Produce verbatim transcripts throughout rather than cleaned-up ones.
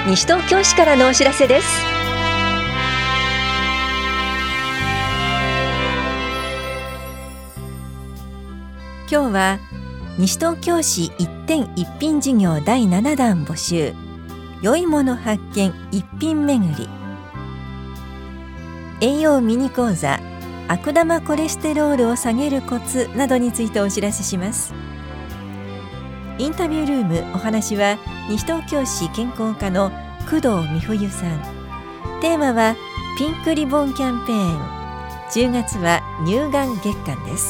西東京市からのお知らせです。今日は西東京市一点一品事業だいななだん募集、良いもの発見一品めぐり、栄養ミニ講座、悪玉コレステロールを下げるコツなどについてお知らせします。インタビュールーム、お話は西東京市健康課の工藤美冬さん。テーマはピンクリボンキャンペーン。じゅうがつは乳がん月間です。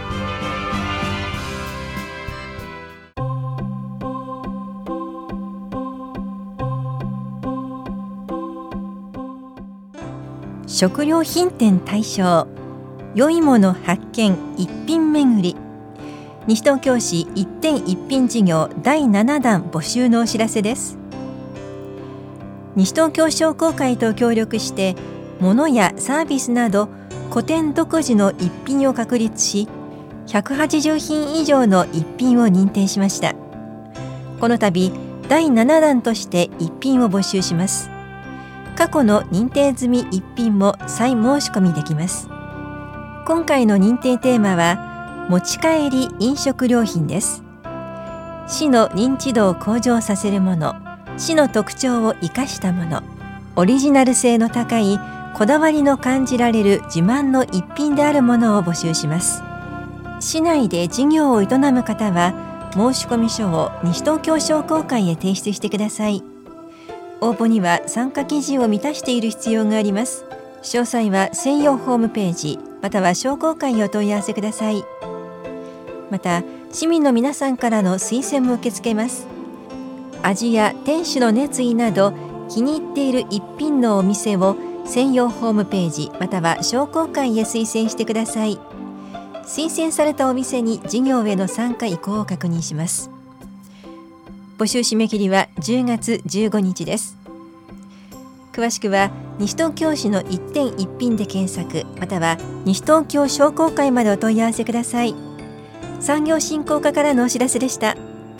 食料品店大賞、良いもの発見一品めぐり、西東京市一点一品事業だいななだん募集のお知らせです。西東京商工会と協力して、物やサービスなど個店独自の一品を確立し、ひゃくはちじゅうひん以上の一品を認定しました。この度だいななだんとして一品を募集します。過去の認定済み一品も再申し込みできます。今回の認定テーマは持ち帰り飲食料品です。市の認知度を向上させるもの、市の特徴を生かしたもの、オリジナル性の高いこだわりの感じられる自慢の一品であるものを募集します。市内で事業を営む方は申込書を西東京商工会へ提出してください。応募には参加基準を満たしている必要があります。詳細は専用ホームページまたは商工会へお問い合わせください。また市民の皆さんからの推薦も受け付けます。味や店主の熱意など気に入っている一品のお店を専用ホームページまたは商工会へ推薦してください。推薦されたお店に事業への参加意向を確認します。募集締め切りはじゅうがつじゅうごにちです。詳しくは西東京市の一点一品で検索または西東京商工会までお問い合わせください。産業振興課からのお知らせでした。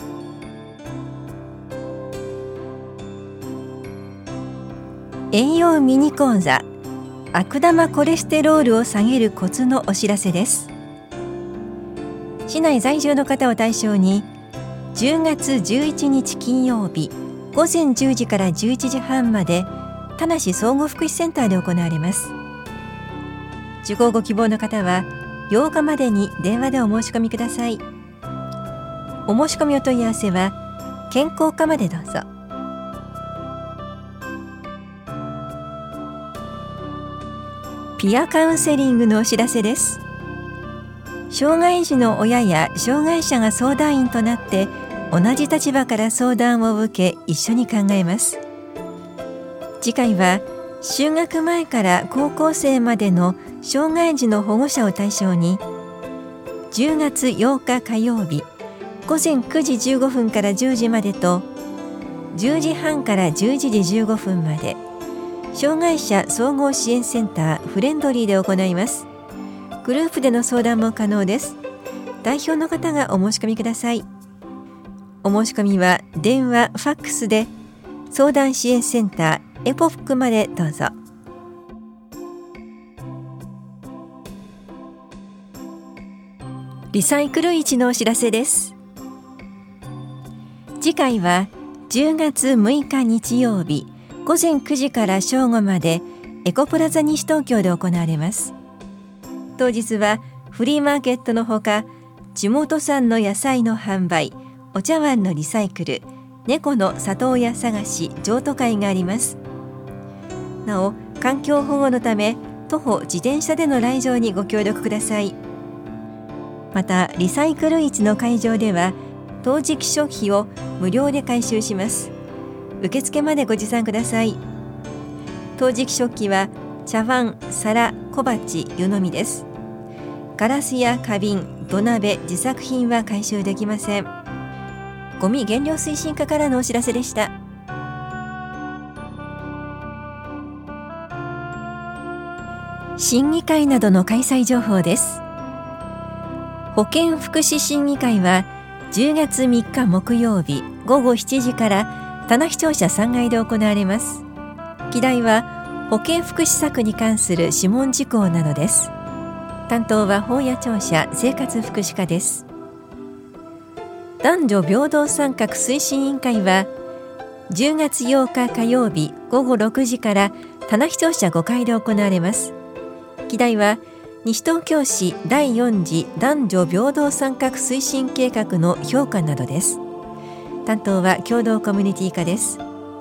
栄養ミニ講座、悪玉コレステロールを下げるコツのお知らせです。市内在住の方を対象にじゅうがつじゅういちにち金曜日ごぜんじゅうじからじゅういちじはんまで田無総合福祉センターで行われます。受講ご希望の方はようかまでに電話でお申し込みください。お申し込みお問い合わせは健康課までどうぞ。ピアカウンセリングのお知らせです。障害児の親や障害者が相談員となって同じ立場から相談を受け一緒に考えます。次回は就学前から高校生までの障害児の保護者を対象にじゅうがつようか火曜日ごぜんくじじゅうごふんからじゅうじまでとじゅうじはんからじゅういちじじゅうごふんまで障害者総合支援センターフレンドリーで行います。グループでの相談も可能です。代表の方がお申し込みください。お申し込みは電話、ファックスで相談支援センターエポフックまでどうぞ。リサイクル市のお知らせです。次回はじゅうがつむいか日曜日ごぜんくじから正午までエコプラザ西東京で行われます。当日はフリーマーケットのほか地元産の野菜の販売、お茶碗のリサイクル、猫の里親探し譲渡会があります。なお環境保護のため徒歩自転車での来場にご協力ください。またリサイクル市の会場では陶磁器食費を無料で回収します。受付までご持参ください。陶磁器食器は茶碗、皿、小鉢、湯飲みです。ガラスや花瓶、土鍋、自作品は回収できません。ゴミ減量推進課からのお知らせでした。審議会などの開催情報です。保健福祉審議会はじゅうがつみっか木曜日ごごしちじから棚視聴者さんがいで行われます。議題は保健福祉策に関する諮問事項などです。担当は法屋庁舎生活福祉課です。男女平等参画推進委員会はじゅうがつようか火曜日ごごろくじから棚視聴者ごかいで行われます。議題は西東京市だいよん次男女平等参画推進計画の評価などです。担当は共同コミュニティ課です。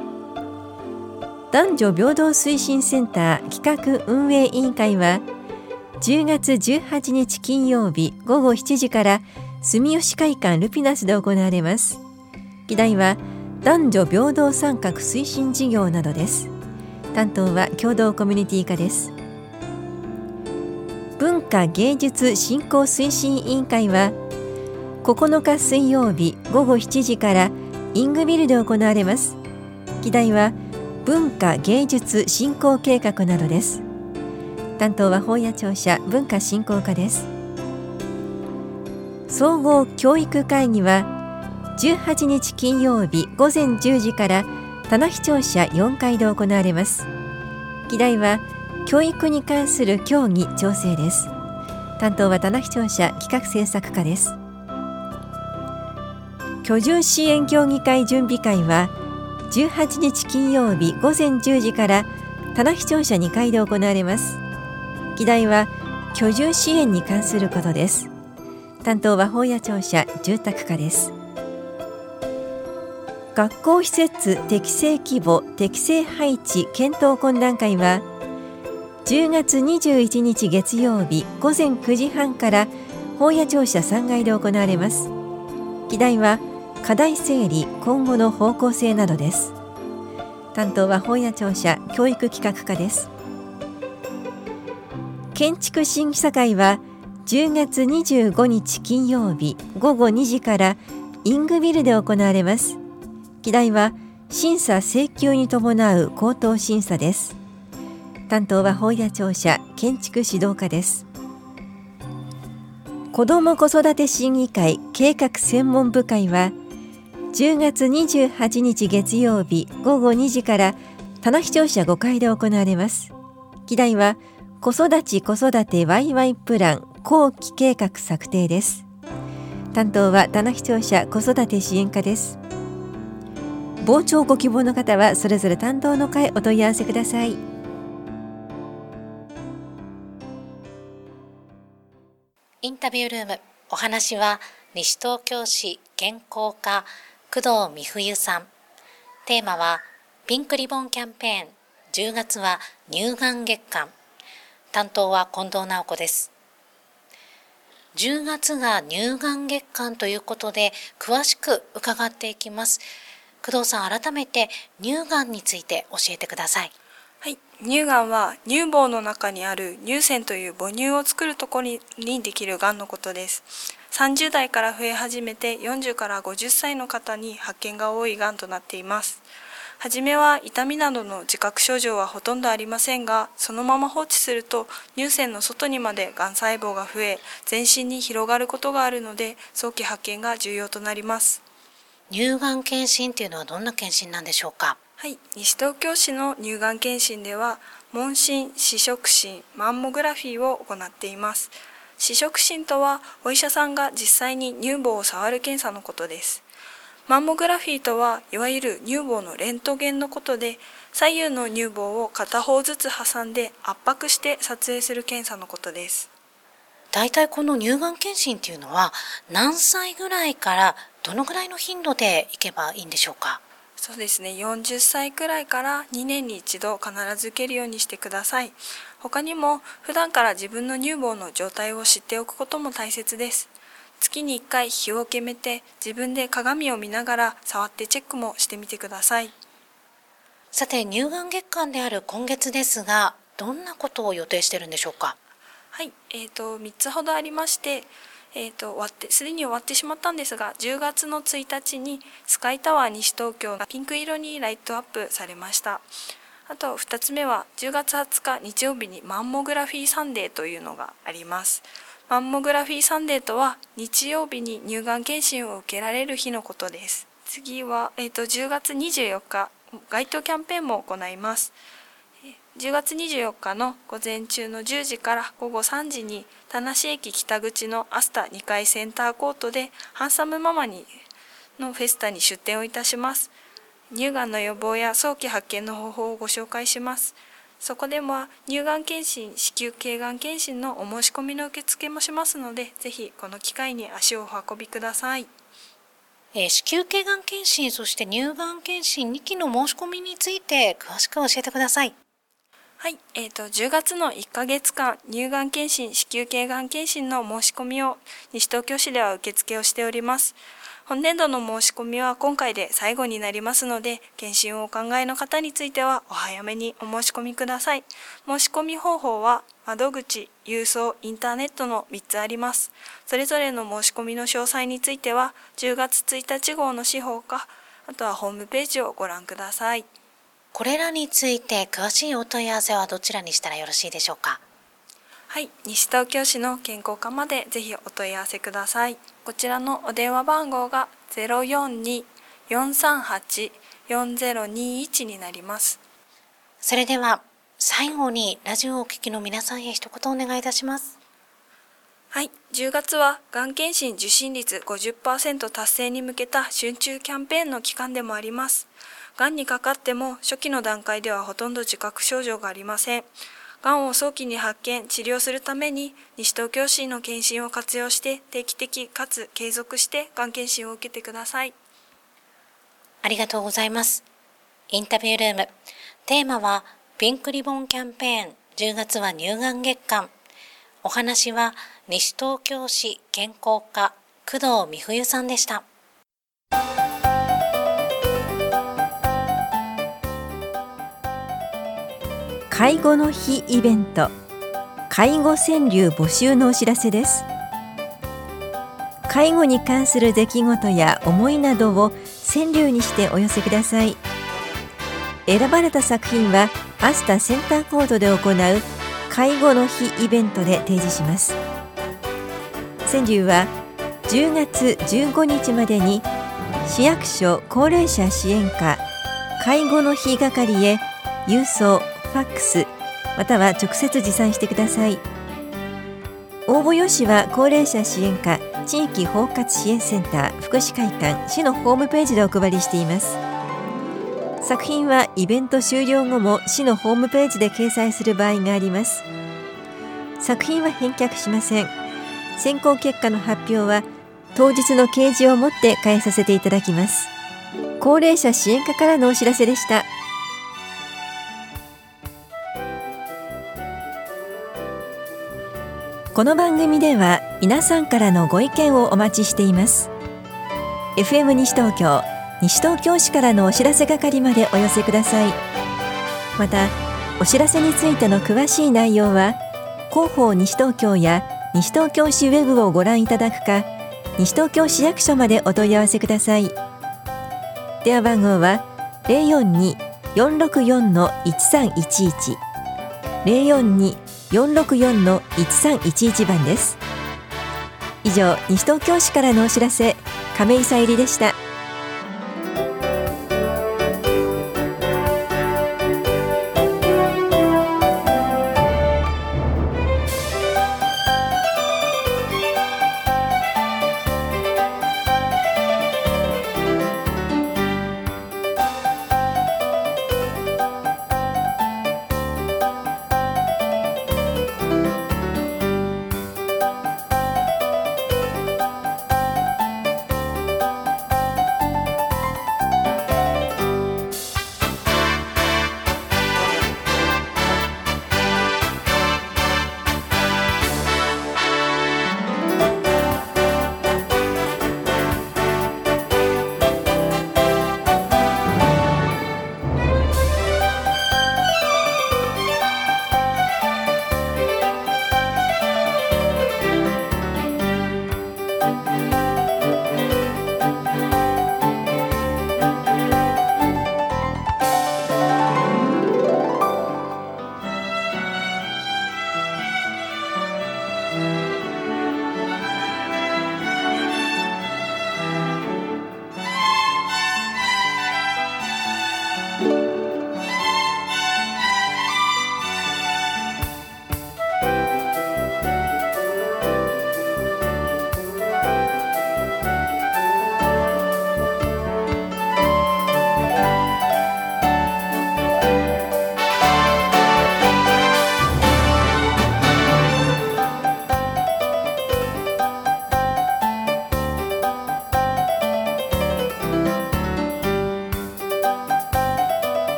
男女平等推進センター企画運営委員会はじゅうがつじゅうはちにち金曜日ごごしちじから住吉会館ルピナスで行われます。議題は男女平等参画推進事業などです。担当は共同コミュニティ課です。文化芸術振興推進委員会はここのか水曜日ごごしちじからイングビルで行われます。議題は文化芸術振興計画などです。担当は法屋庁舎文化振興課です。総合教育会議はじゅうはちにち金曜日ごぜんじゅうじから棚視聴者よんかいで行われます。議題は教育に関する協議調整です。担当は棚視聴者企画政策課です。居住支援協議会準備会はじゅうはちにち金曜日ごぜんじゅうじから棚視聴者にかいで行われます。議題は居住支援に関することです。担当は法屋庁舎住宅課です。学校施設適正規模適正配置検討懇談会はじゅうがつにじゅういちにち月曜日ごぜんくじはんから法屋庁舎さんがいで行われます。議題は課題整理今後の方向性などです。担当は法屋庁舎教育企画課です。建築審査会はじゅうがつにじゅうごにち金曜日ごごにじからイングビルで行われます。議題は審査請求に伴う口頭審査です。担当は法屋庁舎建築指導課です。子ども子育て審議会計画専門部会はじゅうがつにじゅうはちにち月曜日ごごにじから棚視聴者ごかいで行われます。議題は子育ち子育てワイワイプラン後期計画策定です。担当は棚視聴者子育て支援課です。傍聴ご希望の方はそれぞれ担当の課へお問い合わせください。 インタビュールーム、お話は西東京市健康課工藤美冬さん。テーマはピンクリボンキャンペーン、じゅうがつは乳がん月間。担当は近藤直子です。じゅうがつが乳がん月間ということで詳しく伺っていきます。工藤さん、改めて乳がんについて教えてください。 はい、乳がんは乳房の中にある乳腺という母乳を作るところにできるがんのことです。さんじゅうだいから増え始めてよんじゅうからごじゅっさいの方に発見が多いがんとなっています。はじめは痛みなどの自覚症状はほとんどありませんが、そのまま放置すると乳腺の外にまでがん細胞が増え、全身に広がることがあるので、早期発見が重要となります。 乳がん検診というのはどんな検診なんでしょうか？ はい、西東京市の乳がん検診では問診、視触診、マンモグラフィーを行っています。視触診とはお医者さんが実際に乳房を触る検査のことです。マンモグラフィーとはいわゆる乳房のレントゲンのことで、左右の乳房を片方ずつ挟んで圧迫して撮影する検査のことです。 だいたいこの乳がん検診というのは何歳ぐらいからどのぐらいの頻度で行けばいいんでしょうか？ そうですね、よんじゅっさいくらいからにねんに一度必ず受けるようにしてください。他にも普段から自分の乳房の状態を知っておくことも大切です。月にいっかい日を決めて自分で鏡を見ながら触ってチェックもしてみてください。 さて、乳がん月間である今月ですが、どんなことを予定しているんでしょうか？ はい、えーと、みっつほどありまして、えーと、終わって、すでに終わってしまったんですが、じゅうがつのついたちにスカイタワー西東京がピンク色にライトアップされました。あとふたつめはじゅうがつはつか日曜日にマンモグラフィーサンデーというのがあります。マンモグラフィーサンデーとは日曜日に乳がん検診を受けられる日のことです。 次は、えー、とじゅうがつにじゅうよっか街頭キャンペーンも行います。じゅうがつにじゅうよっかの午前中のじゅうじからごごさんじに田無駅北口のアスタにかいセンターコートでハンサムママにのフェスタに出店をいたします。乳がんの予防や早期発見の方法をご紹介します。そこでは乳がん検診、子宮頸がん検診のお申し込みの受付もしますので、ぜひこの機会に足をお運びください。 えー、子宮頸がん検診、そして乳がん検診にきの申し込みについて詳しく教えてください。 はい、えーと、じゅうがつのいっかげつかん、乳がん検診、子宮頸がん検診の申し込みを西東京市では受付をしております。本年度の申し込みは今回で最後になりますので、検診をお考えの方についてはお早めにお申し込みください。申し込み方法は窓口、郵送、インターネットのみっつあります。それぞれの申し込みの詳細についてはじゅうがつついたち号の市報か、あとはホームページをご覧ください。 これらについて詳しいお問い合わせはどちらにしたらよろしいでしょうか。 はい、西東京市の健康課までぜひお問い合わせください。こちらのお電話番号が ゼロよんに よんさんはち よんゼロにいち になります。 それでは最後にラジオをお聞きの皆さんへ一言お願いいたします。 はい、じゅうがつはがん検診受診率 ごじゅっパーセント 達成に向けた春秋キャンペーンの期間でもあります。がんにかかっても初期の段階ではほとんど自覚症状がありません。がんを早期に発見、治療するために西東京市の検診を活用して定期的かつ継続してがん検診を受けてください。 ありがとうございます。インタビュールーム、テーマはピンクリボンキャンペーン、じゅうがつは乳がん月間。お話は西東京市健康課工藤美冬さんでした。 介護の日イベント、介護川柳募集のお知らせです。介護に関する出来事や思いなどを川柳にしてお寄せください。選ばれた作品はアスタセンターコードで行う介護の日イベントで提示します。川柳はじゅうがつじゅうごにちまでに市役所高齢者支援課介護の日係へ郵送、ファックスまたは直接持参してください。応募用紙は高齢者支援課地域包括支援センター福祉会館市のホームページでお配りしています。作品はイベント終了後も市のホームページで掲載する場合があります。作品は返却しません。選考結果の発表は当日の掲示をもって返させていただきます。高齢者支援課からのお知らせでした。この番組では皆さんからのご意見をお待ちしています。 エフエム 西東京西東京市からのお知らせ係までお寄せください。またお知らせについての詳しい内容は広報西東京や西東京市ウェブをご覧いただくか西東京市役所までお問い合わせください。電話番号は ゼロよんに よんろくよん いちさんいちいち ゼロよんに よんろくよん いちさんいちいち 番です。以上、西東京市からのお知らせ、亀井さゆりでした。